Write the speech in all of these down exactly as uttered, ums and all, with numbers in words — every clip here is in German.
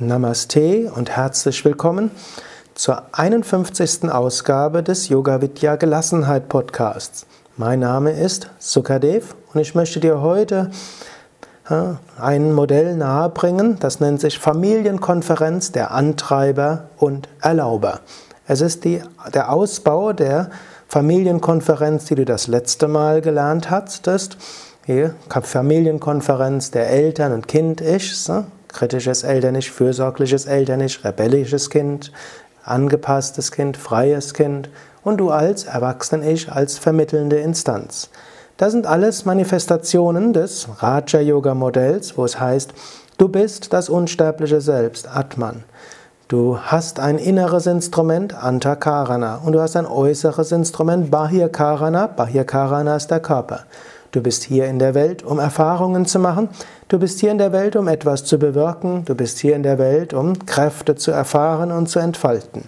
Namaste und herzlich willkommen zur einundfünfzigsten Ausgabe des Yoga Vidya Gelassenheit Podcasts. Mein Name ist Sukadev und ich möchte dir heute ein Modell nahebringen, das nennt sich Familienkonferenz der Antreiber und Erlauber. Es ist die, der Ausbau der Familienkonferenz, die du das letzte Mal gelernt hattest. Hier, Familienkonferenz der Eltern und Kind-Ichs, kritisches Eltern-Ich, fürsorgliches Eltern-Ich, rebellisches Kind, angepasstes Kind, freies Kind und du als Erwachsenen-Ich, als vermittelnde Instanz. Das sind alles Manifestationen des Raja-Yoga-Modells, wo es heißt, du bist das unsterbliche Selbst, Atman. Du hast ein inneres Instrument, Antakarana, und du hast ein äußeres Instrument, Bahyakarana. Bahyakarana ist der Körper. Du bist hier in der Welt, um Erfahrungen zu machen. Du bist hier in der Welt, um etwas zu bewirken. Du bist hier in der Welt, um Kräfte zu erfahren und zu entfalten.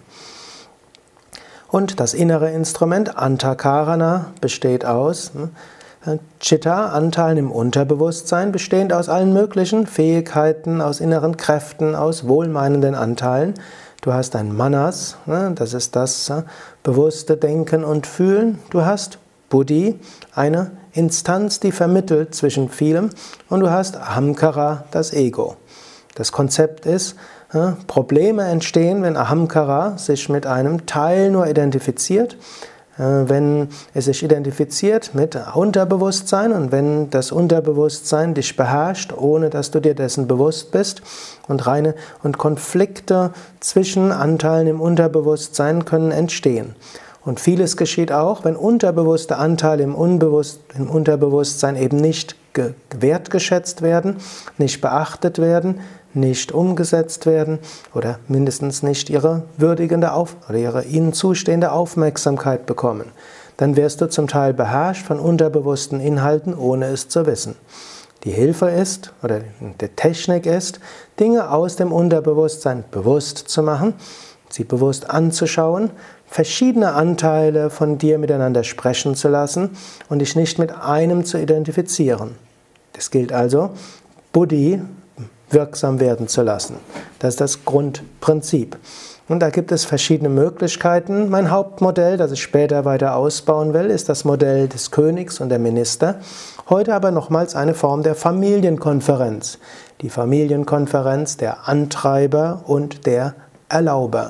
Und das innere Instrument, Antakarana, besteht aus Chitta, Anteilen im Unterbewusstsein, bestehend aus allen möglichen Fähigkeiten, aus inneren Kräften, aus wohlmeinenden Anteilen. Du hast ein Manas, das ist das bewusste Denken und Fühlen. Du hast Buddhi, eine Instanz, die vermittelt zwischen vielem, und du hast Ahamkara, das Ego. Das Konzept ist, Probleme entstehen, wenn Ahamkara sich mit einem Teil nur identifiziert, wenn es sich identifiziert mit Unterbewusstsein und wenn das Unterbewusstsein dich beherrscht, ohne dass du dir dessen bewusst bist, und reine und Konflikte zwischen Anteilen im Unterbewusstsein können entstehen. Und vieles geschieht auch, wenn unterbewusste Anteile im, Unbewusst, im Unterbewusstsein eben nicht wertgeschätzt werden, nicht beachtet werden, nicht umgesetzt werden oder mindestens nicht ihre würdigende Auf oder ihre ihnen zustehende Aufmerksamkeit bekommen. Dann wirst du zum Teil beherrscht von unterbewussten Inhalten, ohne es zu wissen. Die Hilfe ist, oder die Technik ist, Dinge aus dem Unterbewusstsein bewusst zu machen, sie bewusst anzuschauen, verschiedene Anteile von dir miteinander sprechen zu lassen und dich nicht mit einem zu identifizieren. Das gilt also, Buddhi wirksam werden zu lassen. Das ist das Grundprinzip. Und da gibt es verschiedene Möglichkeiten. Mein Hauptmodell, das ich später weiter ausbauen will, ist das Modell des Königs und der Minister. Heute aber nochmals eine Form der Familienkonferenz. Die Familienkonferenz der Antreiber und der Erlauber.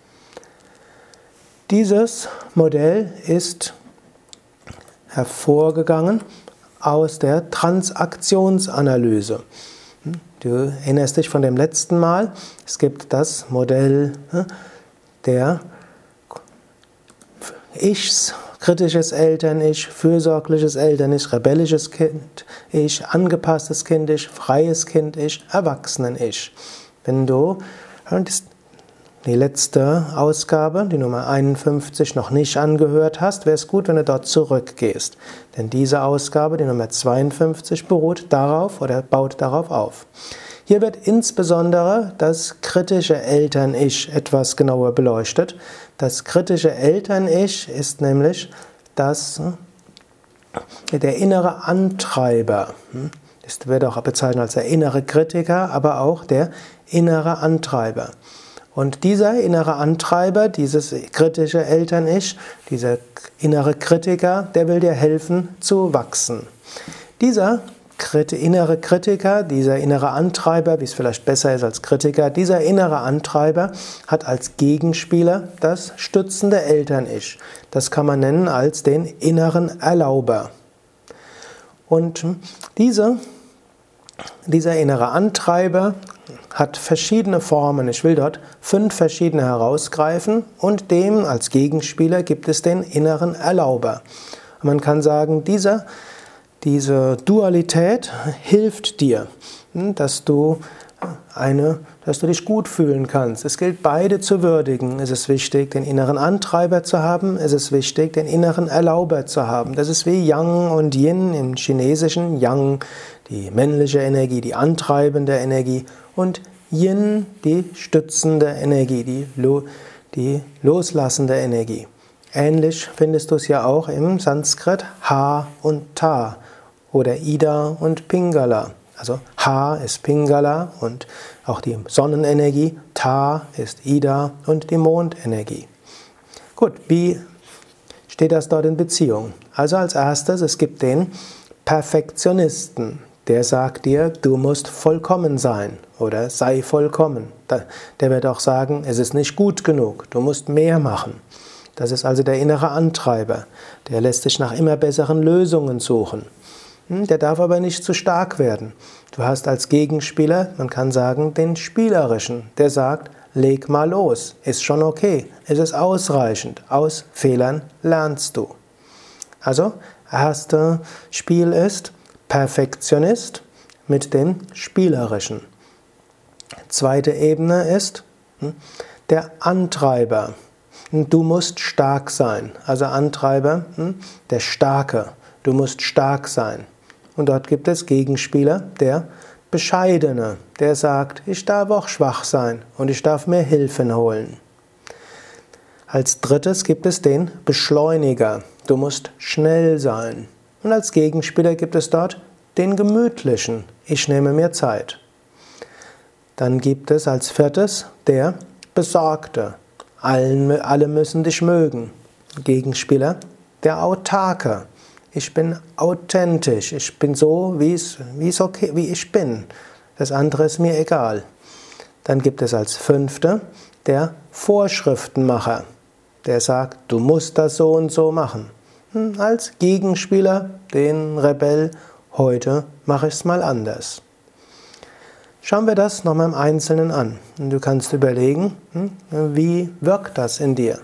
Dieses Modell ist hervorgegangen aus der Transaktionsanalyse. Du erinnerst dich von dem letzten Mal, es gibt das Modell der Ichs, kritisches Eltern-Ich, fürsorgliches Eltern-Ich, rebellisches Kind-Ich, angepasstes Kind-Ich, freies Kind-Ich, Erwachsenen-Ich. Wenn du die letzte Ausgabe, die Nummer einundfünfzig, noch nicht angehört hast, wäre es gut, wenn du dort zurückgehst. Denn diese Ausgabe, die Nummer zweiundfünfzig, beruht darauf oder baut darauf auf. Hier wird insbesondere das kritische Eltern-Ich etwas genauer beleuchtet. Das kritische Eltern-Ich ist nämlich das, der innere Antreiber. Das wird auch bezeichnet als der innere Kritiker, aber auch der innere Antreiber. Und dieser innere Antreiber, dieses kritische Eltern-Ich, dieser innere Kritiker, der will dir helfen zu wachsen. Dieser innere Kritiker, dieser innere Antreiber, wie es vielleicht besser ist als Kritiker, dieser innere Antreiber hat als Gegenspieler das stützende Eltern-Ich. Das kann man nennen als den inneren Erlauber. Und diese, dieser innere Antreiber hat verschiedene Formen. Ich will dort fünf verschiedene herausgreifen und dem als Gegenspieler gibt es den inneren Erlauber. Und man kann sagen, dieser, diese Dualität hilft dir, dass du, eine, dass du dich gut fühlen kannst. Es gilt, beide zu würdigen. Es ist wichtig, den inneren Antreiber zu haben. Es ist wichtig, den inneren Erlauber zu haben. Das ist wie Yang und Yin im Chinesischen. Yang, die männliche Energie, die antreibende Energie, und Yin, die stützende Energie, die, die loslassende Energie. Ähnlich findest du es ja auch im Sanskrit Ha und Ta oder Ida und Pingala. Also Ha ist Pingala und auch die Sonnenenergie. Ta ist Ida und die Mondenergie. Gut, wie steht das dort in Beziehung? Also als erstes, es gibt den Perfektionisten. Der sagt dir, du musst vollkommen sein oder sei vollkommen. Der wird auch sagen, es ist nicht gut genug, du musst mehr machen. Das ist also der innere Antreiber. Der lässt sich nach immer besseren Lösungen suchen. Der darf aber nicht zu stark werden. Du hast als Gegenspieler, man kann sagen, den Spielerischen, der sagt, leg mal los, ist schon okay, es ist ausreichend, aus Fehlern lernst du. Also, erste Spiel ist Perfektionist mit dem Spielerischen. Zweite Ebene ist der Antreiber. Du musst stark sein. Also Antreiber, der Starke. Du musst stark sein. Und dort gibt es Gegenspieler, der Bescheidene, der sagt, ich darf auch schwach sein und ich darf mir Hilfen holen. Als drittes gibt es den Beschleuniger. Du musst schnell sein. Und als Gegenspieler gibt es dort den Gemütlichen. Ich nehme mir Zeit. Dann gibt es als viertes der Besorgte. Allen, alle müssen dich mögen. Gegenspieler der Autarke. Ich bin authentisch. Ich bin so, wie es, wie es okay, wie ich bin. Das andere ist mir egal. Dann gibt es als fünfte der Vorschriftenmacher. Der sagt, du musst das so und so machen. Als Gegenspieler, den Rebell, heute mache ich es mal anders. Schauen wir das nochmal im Einzelnen an. Und du kannst überlegen, wie wirkt das in dir?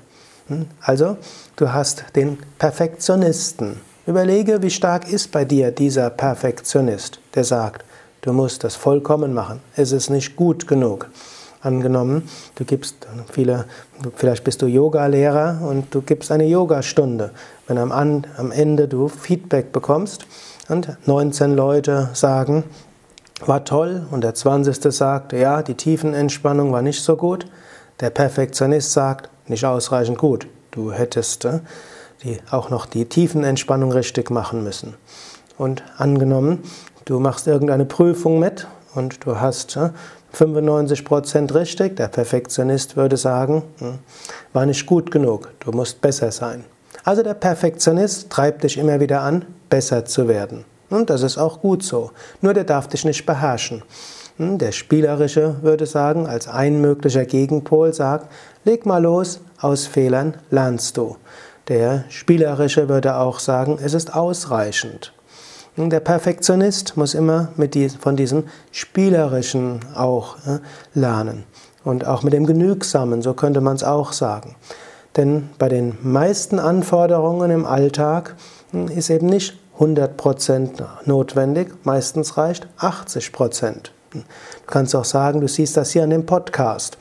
Also, du hast den Perfektionisten. Überlege, wie stark ist bei dir dieser Perfektionist, der sagt, du musst das vollkommen machen, es ist nicht gut genug. Angenommen, du gibst viele, vielleicht bist du Yoga-Lehrer und du gibst eine Yogastunde. Wenn am, am Ende du Feedback bekommst und neunzehn Leute sagen, war toll, und der zwanzigste sagt, ja, die Tiefenentspannung war nicht so gut, der Perfektionist sagt, nicht ausreichend gut, du hättest äh, die, auch noch die Tiefenentspannung richtig machen müssen. Und angenommen, du machst irgendeine Prüfung mit und du hast äh, fünfundneunzig Prozent richtig, der Perfektionist würde sagen, war nicht gut genug, du musst besser sein. Also der Perfektionist treibt dich immer wieder an, besser zu werden. Und das ist auch gut so, nur der darf dich nicht beherrschen. Der Spielerische würde sagen, als ein möglicher Gegenpol sagt, leg mal los, aus Fehlern lernst du. Der Spielerische würde auch sagen, es ist ausreichend. Der Perfektionist muss immer mit die, von diesem Spielerischen auch äh, lernen und auch mit dem Genügsamen, so könnte man es auch sagen. Denn bei den meisten Anforderungen im Alltag äh, ist eben nicht hundert Prozent notwendig, meistens reicht achtzig Prozent. Du kannst auch sagen, du siehst das hier an dem Podcast.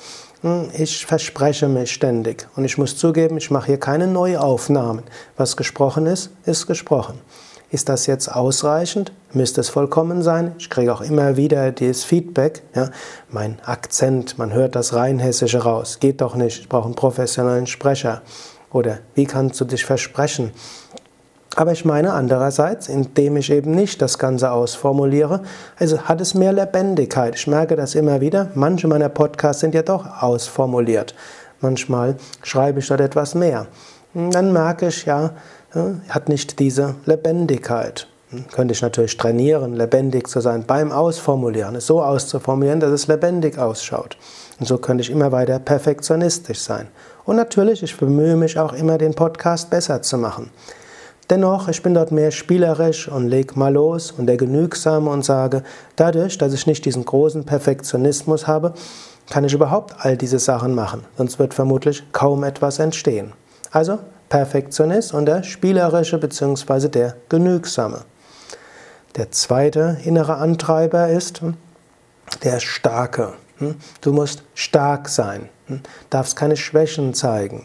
Ich verspreche mich ständig und ich muss zugeben, ich mache hier keine Neuaufnahmen. Was gesprochen ist, ist gesprochen. Ist das jetzt ausreichend? Müsste es vollkommen sein? Ich kriege auch immer wieder dieses Feedback. Ja, mein Akzent, man hört das Rheinhessische raus. Geht doch nicht, ich brauche einen professionellen Sprecher. Oder wie kannst du dich versprechen? Aber ich meine andererseits, indem ich eben nicht das Ganze ausformuliere, also hat es mehr Lebendigkeit. Ich merke das immer wieder. Manche meiner Podcasts sind ja doch ausformuliert. Manchmal schreibe ich dort etwas mehr. Und dann merke ich, ja, hat nicht diese Lebendigkeit. Könnte ich natürlich trainieren, lebendig zu sein beim Ausformulieren, es so auszuformulieren, dass es lebendig ausschaut. Und so könnte ich immer weiter perfektionistisch sein. Und natürlich, ich bemühe mich auch immer, den Podcast besser zu machen. Dennoch, ich bin dort mehr spielerisch und leg mal los und der Genügsame und sage, dadurch, dass ich nicht diesen großen Perfektionismus habe, kann ich überhaupt all diese Sachen machen. Sonst wird vermutlich kaum etwas entstehen. Also Perfektionist und der Spielerische bzw. der Genügsame. Der zweite innere Antreiber ist der Starke. Du musst stark sein, darfst keine Schwächen zeigen.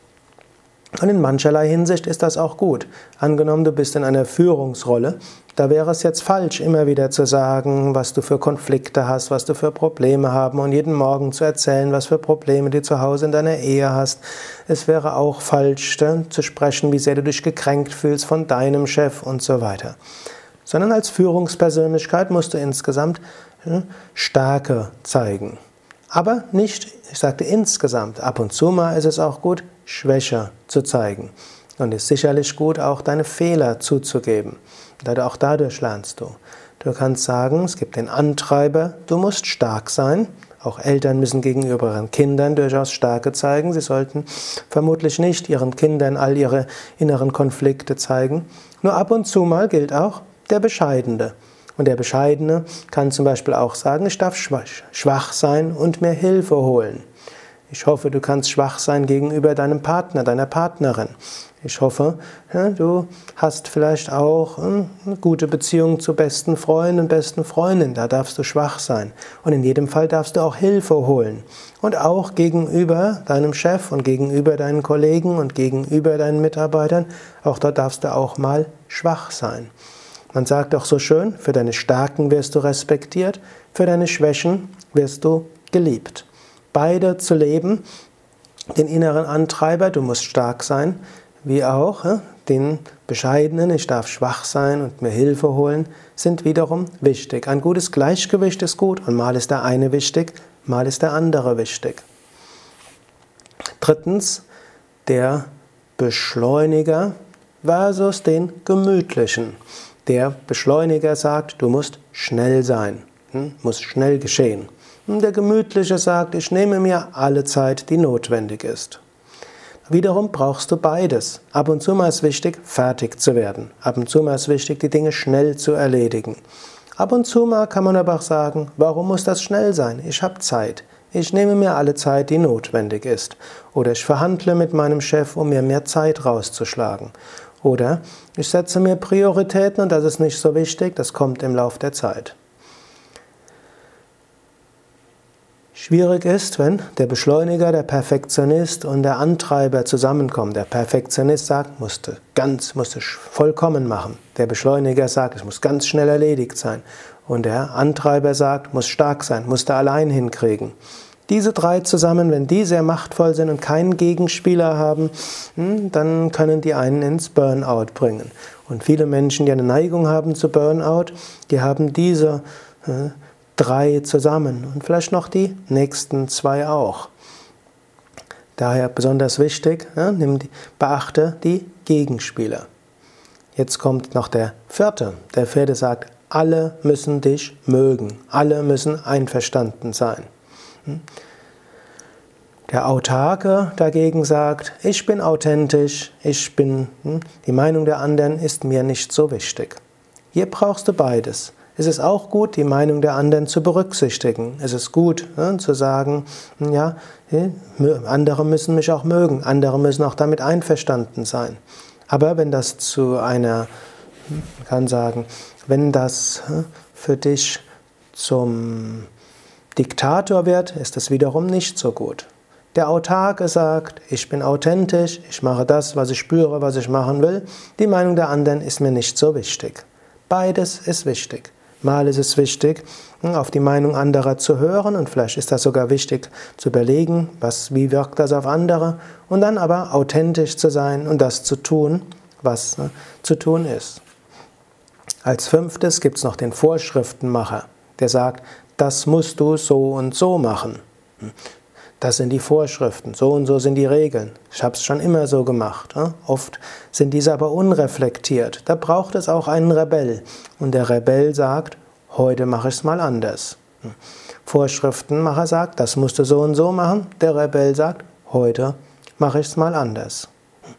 Und in mancherlei Hinsicht ist das auch gut. Angenommen, du bist in einer Führungsrolle, da wäre es jetzt falsch, immer wieder zu sagen, was du für Konflikte hast, was du für Probleme haben und jeden Morgen zu erzählen, was für Probleme du zu Hause in deiner Ehe hast. Es wäre auch falsch, zu sprechen, wie sehr du dich gekränkt fühlst von deinem Chef und so weiter. sondern als Führungspersönlichkeit musst du insgesamt Stärke zeigen. Aber nicht, ich sagte insgesamt, ab und zu mal ist es auch gut, Schwäche zu zeigen. Und es ist sicherlich gut, auch deine Fehler zuzugeben. Auch dadurch lernst du. Du kannst sagen, es gibt den Antreiber, du musst stark sein. Auch Eltern müssen gegenüber ihren Kindern durchaus Stärke zeigen. Sie sollten vermutlich nicht ihren Kindern all ihre inneren Konflikte zeigen. Nur ab und zu mal gilt auch der Bescheidene. Und der Bescheidene kann zum Beispiel auch sagen, ich darf schwach sein und mir Hilfe holen. Ich hoffe, du kannst schwach sein gegenüber deinem Partner, deiner Partnerin. Ich hoffe, du hast vielleicht auch eine gute Beziehung zu besten Freunden und besten Freundinnen. Da darfst du schwach sein. Und in jedem Fall darfst du auch Hilfe holen. Und auch gegenüber deinem Chef und gegenüber deinen Kollegen und gegenüber deinen Mitarbeitern, auch dort darfst du auch mal schwach sein. Man sagt auch so schön, für deine Stärken wirst du respektiert, für deine Schwächen wirst du geliebt. Beide zu leben, den inneren Antreiber, du musst stark sein, wie auch den Bescheidenen, ich darf schwach sein und mir Hilfe holen, sind wiederum wichtig. Ein gutes Gleichgewicht ist gut und mal ist der eine wichtig, mal ist der andere wichtig. Drittens, der Beschleuniger versus den Gemütlichen. Der Beschleuniger sagt, du musst schnell sein, muss schnell geschehen. Und der Gemütliche sagt, ich nehme mir alle Zeit, die notwendig ist. Wiederum brauchst du beides. Ab und zu mal ist wichtig, fertig zu werden. Ab und zu mal ist wichtig, die Dinge schnell zu erledigen. Ab und zu mal kann man aber auch sagen, warum muss das schnell sein? Ich habe Zeit. Ich nehme mir alle Zeit, die notwendig ist. Oder ich verhandle mit meinem Chef, um mir mehr Zeit rauszuschlagen. Oder ich setze mir Prioritäten und das ist nicht so wichtig, das kommt im Lauf der Zeit. Schwierig ist, wenn der Beschleuniger, der Perfektionist und der Antreiber zusammenkommen. Der Perfektionist sagt, musste ganz, musste vollkommen machen. Der Beschleuniger sagt, es muss ganz schnell erledigt sein. Und der Antreiber sagt, muss stark sein, musste allein hinkriegen. Diese drei zusammen, wenn die sehr machtvoll sind und keinen Gegenspieler haben, dann können die einen ins Burnout bringen. Und viele Menschen, die eine Neigung haben zu Burnout, die haben diese äh, drei zusammen und vielleicht noch die nächsten zwei auch. Daher besonders wichtig, ja, nimm die, beachte die Gegenspieler. Jetzt kommt noch der vierte. Der vierte sagt, alle müssen dich mögen, alle müssen einverstanden sein. Der Autarke dagegen sagt, ich bin authentisch, ich bin, die Meinung der anderen ist mir nicht so wichtig. Hier brauchst du beides. Es ist auch gut, die Meinung der anderen zu berücksichtigen. Es ist gut, ja, zu sagen, ja, andere müssen mich auch mögen, andere müssen auch damit einverstanden sein. Aber wenn das zu einer, man kann sagen, wenn das für dich zum Diktator wird, ist das wiederum nicht so gut. Der Autarke sagt, ich bin authentisch, ich mache das, was ich spüre, was ich machen will. Die Meinung der anderen ist mir nicht so wichtig. Beides ist wichtig. Mal ist es wichtig, auf die Meinung anderer zu hören und vielleicht ist das sogar wichtig zu überlegen, was, wie wirkt das auf andere und dann aber authentisch zu sein und das zu tun, was ne, zu tun ist. Als fünftes gibt es noch den Vorschriftenmacher, der sagt, das musst du so und so machen. Das sind die Vorschriften, so und so sind die Regeln. Ich habe es schon immer so gemacht. Oft sind diese aber unreflektiert. Da braucht es auch einen Rebell. Und der Rebell sagt, heute mache ich es mal anders. Vorschriftenmacher sagt, das musst du so und so machen. Der Rebell sagt, heute mache ich es mal anders.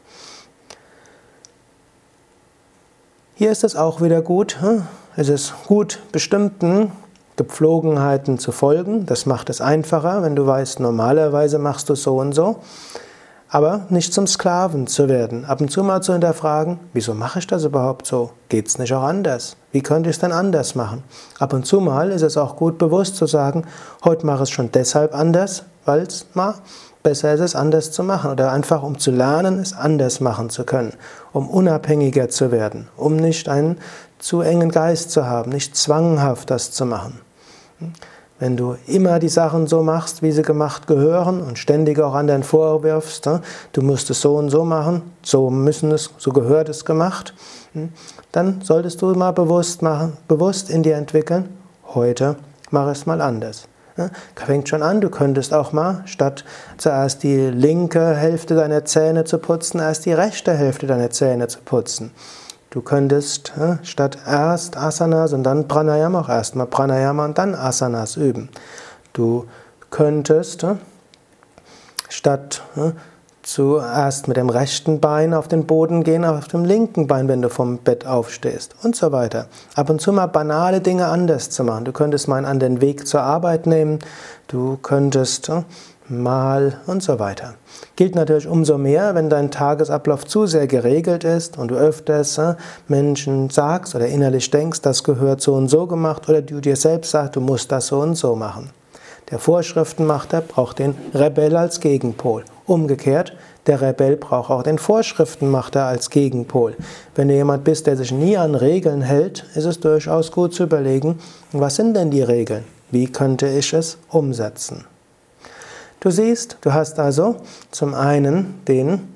Hier ist es auch wieder gut. Es ist gut, bestimmten Gepflogenheiten zu folgen. Das macht es einfacher, wenn du weißt, normalerweise machst du so und so. Aber nicht zum Sklaven zu werden. Ab und zu mal zu hinterfragen, wieso mache ich das überhaupt so? Geht es nicht auch anders? Wie könnte ich es denn anders machen? Ab und zu mal ist es auch gut, bewusst zu sagen, heute mache ich es schon deshalb anders, weil es mal besser ist, es anders zu machen. Oder einfach, um zu lernen, es anders machen zu können. Um unabhängiger zu werden. Um nicht einen zu engen Geist zu haben. Nicht zwanghaft das zu machen. Wenn du immer die Sachen so machst, wie sie gemacht gehören und ständig auch anderen vorwirfst, du musst es so und so machen, so müssen es, so gehört es gemacht, dann solltest du mal bewusst machen, bewusst in dir entwickeln, heute mache ich es mal anders. Fängt schon an, du könntest auch mal, statt zuerst die linke Hälfte deiner Zähne zu putzen, erst die rechte Hälfte deiner Zähne zu putzen. Du könntest statt erst Asanas und dann Pranayama auch erstmal Pranayama und dann Asanas üben. Du könntest statt zuerst mit dem rechten Bein auf den Boden gehen, auf dem linken Bein, wenn du vom Bett aufstehst und so weiter. Ab und zu mal banale Dinge anders zu machen. Du könntest mal einen anderen Weg zur Arbeit nehmen, du könntest mal und so weiter. Gilt natürlich umso mehr, wenn dein Tagesablauf zu sehr geregelt ist und du öfters Menschen sagst oder innerlich denkst, das gehört so und so gemacht, oder du dir selbst sagst, du musst das so und so machen. Der Vorschriftenmacher braucht den Rebell als Gegenpol. Umgekehrt, der Rebell braucht auch den Vorschriftenmacher als Gegenpol. Wenn du jemand bist, der sich nie an Regeln hält, ist es durchaus gut zu überlegen, was sind denn die Regeln? Wie könnte ich es umsetzen? Du siehst, du hast also zum einen den,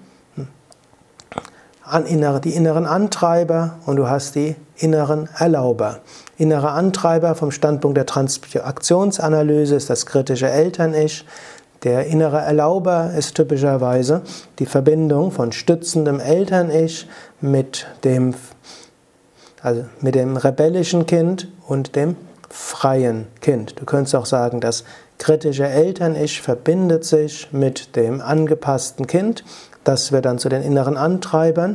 die inneren Antreiber und du hast die inneren Erlauber. Innere Antreiber vom Standpunkt der Transaktionsanalyse ist das kritische Eltern-Ich. Der innere Erlauber ist typischerweise die Verbindung von stützendem Eltern-Ich mit dem, also mit dem rebellischen Kind und dem freien Kind. Du könntest auch sagen, das kritische Eltern-Ich verbindet sich mit dem angepassten Kind. Das wird dann zu den inneren Antreibern.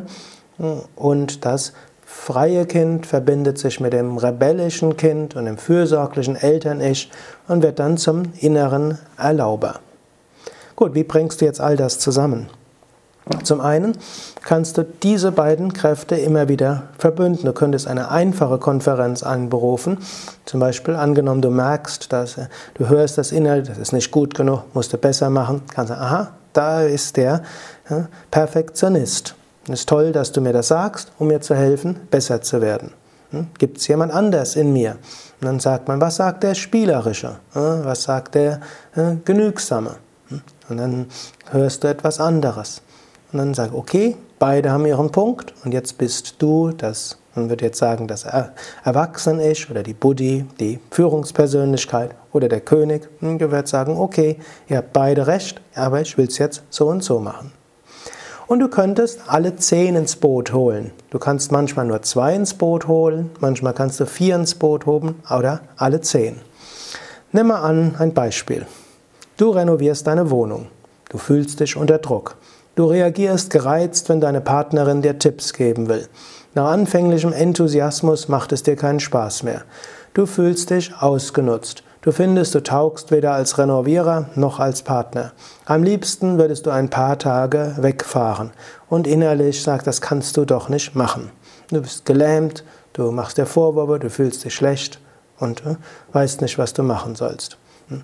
Und das freie Kind verbindet sich mit dem rebellischen Kind und dem fürsorglichen Eltern-Ich und wird dann zum inneren Erlauber. Gut, wie bringst du jetzt all das zusammen? Zum einen kannst du diese beiden Kräfte immer wieder verbünden. Du könntest eine einfache Konferenz einberufen. Zum Beispiel angenommen, du merkst, dass du hörst das Inhalt, das ist nicht gut genug, musst du besser machen. Kannst du sagen, aha, da ist der ja, Perfektionist. Es ist toll, dass du mir das sagst, um mir zu helfen, besser zu werden. Hm? Gibt es jemand anders in mir? Und dann sagt man, was sagt der Spielerische? Hm? Was sagt der äh, Genügsame? Hm? Und dann hörst du etwas anderes. Und dann sag, okay, beide haben ihren Punkt und jetzt bist du das, man würde jetzt sagen, das Erwachsene-Ich oder die Buddhi, die Führungspersönlichkeit oder der König. Und du würdest sagen, okay, ihr habt beide recht, aber ich will es jetzt so und so machen. Und du könntest alle zehn ins Boot holen. Du kannst manchmal nur zwei ins Boot holen, manchmal kannst du vier ins Boot holen oder alle zehn. Nimm mal an, ein Beispiel. Du renovierst deine Wohnung. Du fühlst dich unter Druck. Du reagierst gereizt, wenn deine Partnerin dir Tipps geben will. Nach anfänglichem Enthusiasmus macht es dir keinen Spaß mehr. Du fühlst dich ausgenutzt. Du findest, du taugst weder als Renovierer noch als Partner. Am liebsten würdest du ein paar Tage wegfahren und innerlich sagst, das kannst du doch nicht machen. Du bist gelähmt, du machst dir Vorwürfe, du fühlst dich schlecht und äh, weißt nicht, was du machen sollst.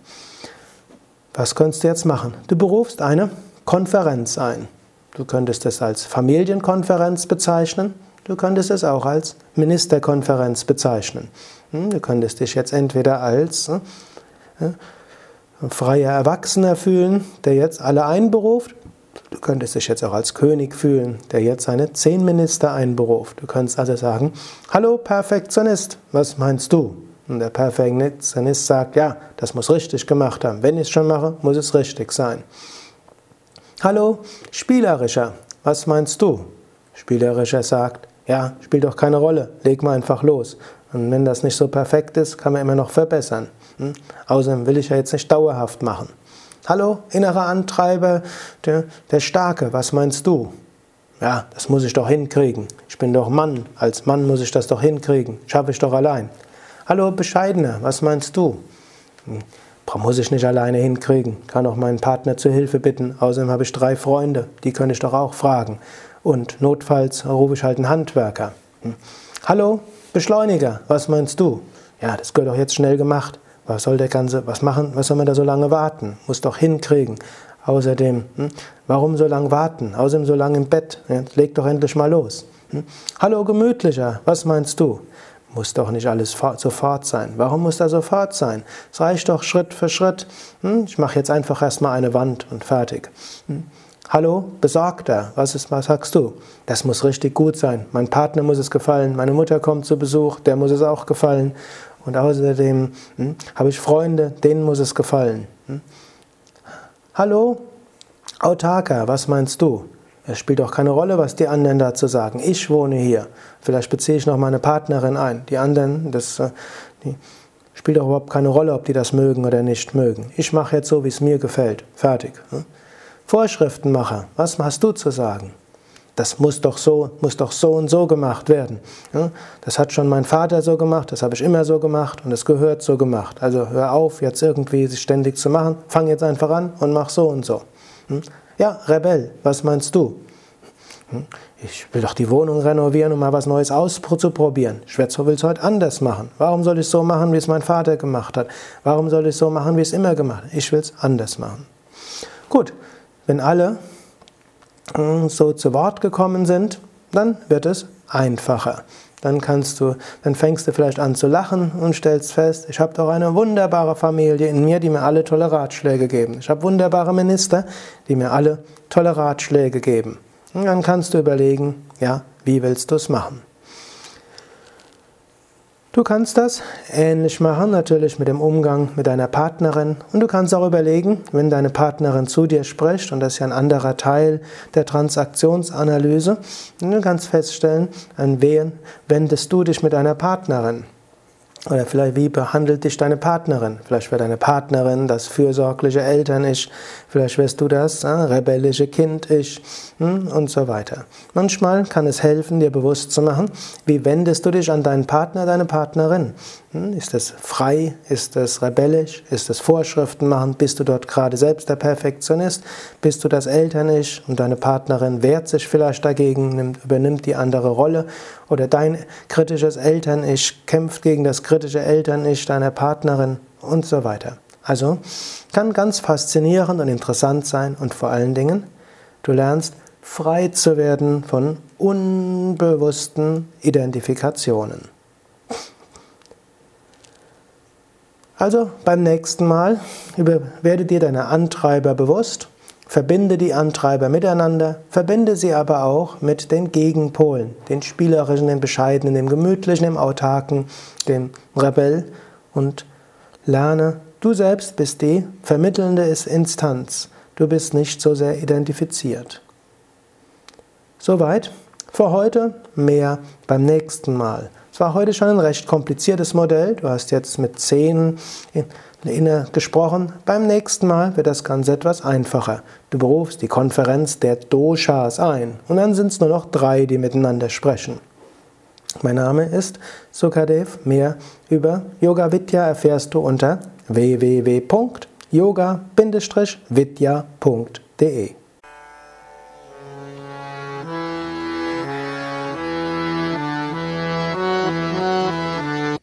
Was könntest du jetzt machen? Du berufst eine Konferenz ein. Du könntest es als Familienkonferenz bezeichnen, du könntest es auch als Ministerkonferenz bezeichnen. Du könntest dich jetzt entweder als äh, freier Erwachsener fühlen, der jetzt alle einberuft. Du könntest dich jetzt auch als König fühlen, der jetzt seine zehn Minister einberuft. Du könntest also sagen, hallo Perfektionist, was meinst du? Und der Perfektionist sagt, ja, das muss richtig gemacht haben. Wenn ich es schon mache, muss es richtig sein. Hallo, Spielerischer, was meinst du? Spielerischer sagt, ja, spielt doch keine Rolle, leg mal einfach los. Und wenn das nicht so perfekt ist, kann man immer noch verbessern. Hm? Außerdem will ich ja jetzt nicht dauerhaft machen. Hallo, innerer Antreiber, der, der Starke, was meinst du? Ja, das muss ich doch hinkriegen. Ich bin doch Mann, als Mann muss ich das doch hinkriegen, schaffe ich doch allein. Hallo, Bescheidener, was meinst du? Hm. Muss ich nicht alleine hinkriegen, kann auch meinen Partner zur Hilfe bitten. Außerdem habe ich drei Freunde, die könnte ich doch auch fragen. Und notfalls rufe ich halt einen Handwerker. Hm. Hallo, Beschleuniger, was meinst du? Ja, das gehört doch jetzt schnell gemacht. Was soll der ganze, was machen, was soll man da so lange warten? Muss doch hinkriegen. Außerdem, hm, warum so lange warten? Außerdem so lange im Bett. Ja, leg doch endlich mal los. Hm. Hallo, Gemütlicher, was meinst du? Muss doch nicht alles sofort sein. Warum muss das sofort sein? Es reicht doch Schritt für Schritt. Hm, ich mache jetzt einfach erstmal eine Wand und fertig. Hm. Hallo, Besorgter, was ist, was sagst du? Das muss richtig gut sein. Mein Partner muss es gefallen, meine Mutter kommt zu Besuch, der muss es auch gefallen. Und außerdem hm, habe ich Freunde, denen muss es gefallen. Hm. Hallo, Autarker, was meinst du? Es spielt auch keine Rolle, was die anderen dazu sagen. Ich wohne hier. Vielleicht beziehe ich noch meine Partnerin ein. Die anderen, das die spielt auch überhaupt keine Rolle, ob die das mögen oder nicht mögen. Ich mache jetzt so, wie es mir gefällt. Fertig. Vorschriftenmacher, was hast du zu sagen? Das muss doch so, muss doch so und so gemacht werden. Das hat schon mein Vater so gemacht, das habe ich immer so gemacht und es gehört so gemacht. Also hör auf, jetzt irgendwie sich ständig zu machen. Fang jetzt einfach an und mach so und so. Ja, Rebell, was meinst du? Ich will doch die Wohnung renovieren, um mal was Neues auszuprobieren. Ich will es heute anders machen. Warum soll ich so machen, wie es mein Vater gemacht hat? Warum soll ich so machen, wie es immer gemacht hat? Ich will es anders machen. Gut, wenn alle so zu Wort gekommen sind, dann wird es einfacher. Dann kannst du, dann fängst du vielleicht an zu lachen und stellst fest, ich habe doch eine wunderbare Familie in mir, die mir alle tolle Ratschläge geben. Ich habe wunderbare Minister, die mir alle tolle Ratschläge geben. Und dann kannst du überlegen, ja, wie willst du es machen? Du kannst das ähnlich machen, natürlich mit dem Umgang mit deiner Partnerin. Und du kannst auch überlegen, wenn deine Partnerin zu dir spricht, und das ist ja ein anderer Teil der Transaktionsanalyse, du kannst feststellen, an wen wendest du dich mit deiner Partnerin? Oder vielleicht, wie behandelt dich deine Partnerin? Vielleicht wäre deine Partnerin das fürsorgliche Eltern-Ich, vielleicht wärst du das äh, rebellische Kind-Ich hm, und so weiter. Manchmal kann es helfen, dir bewusst zu machen, wie wendest du dich an deinen Partner, deine Partnerin? Hm, ist das frei? Ist das rebellisch? Ist das Vorschriften machen? Bist du dort gerade selbst der Perfektionist? Bist du das Eltern-Ich und deine Partnerin wehrt sich vielleicht dagegen, nimmt, übernimmt die andere Rolle? Oder dein kritisches Eltern-Ich kämpft gegen das kritische Eltern-Ich deiner Partnerin und so weiter. Also kann ganz faszinierend und interessant sein und vor allen Dingen, du lernst frei zu werden von unbewussten Identifikationen. Also beim nächsten Mal werde dir deine Antreiber bewusst. Verbinde die Antreiber miteinander, verbinde sie aber auch mit den Gegenpolen, den spielerischen, den bescheidenen, dem gemütlichen, dem autarken, dem Rebell und lerne, du selbst bist die vermittelnde Instanz. Du bist nicht so sehr identifiziert. Soweit für heute, mehr beim nächsten Mal. Es war heute schon ein recht kompliziertes Modell. Du hast jetzt mit zehn inne gesprochen. Beim nächsten Mal wird das Ganze etwas einfacher. Du berufst die Konferenz der Doshas ein und dann sind es nur noch drei, die miteinander sprechen. Mein Name ist Sukadev. Mehr über Yoga Vidya erfährst du unter w w w punkt yoga Bindestrich vidya punkt de.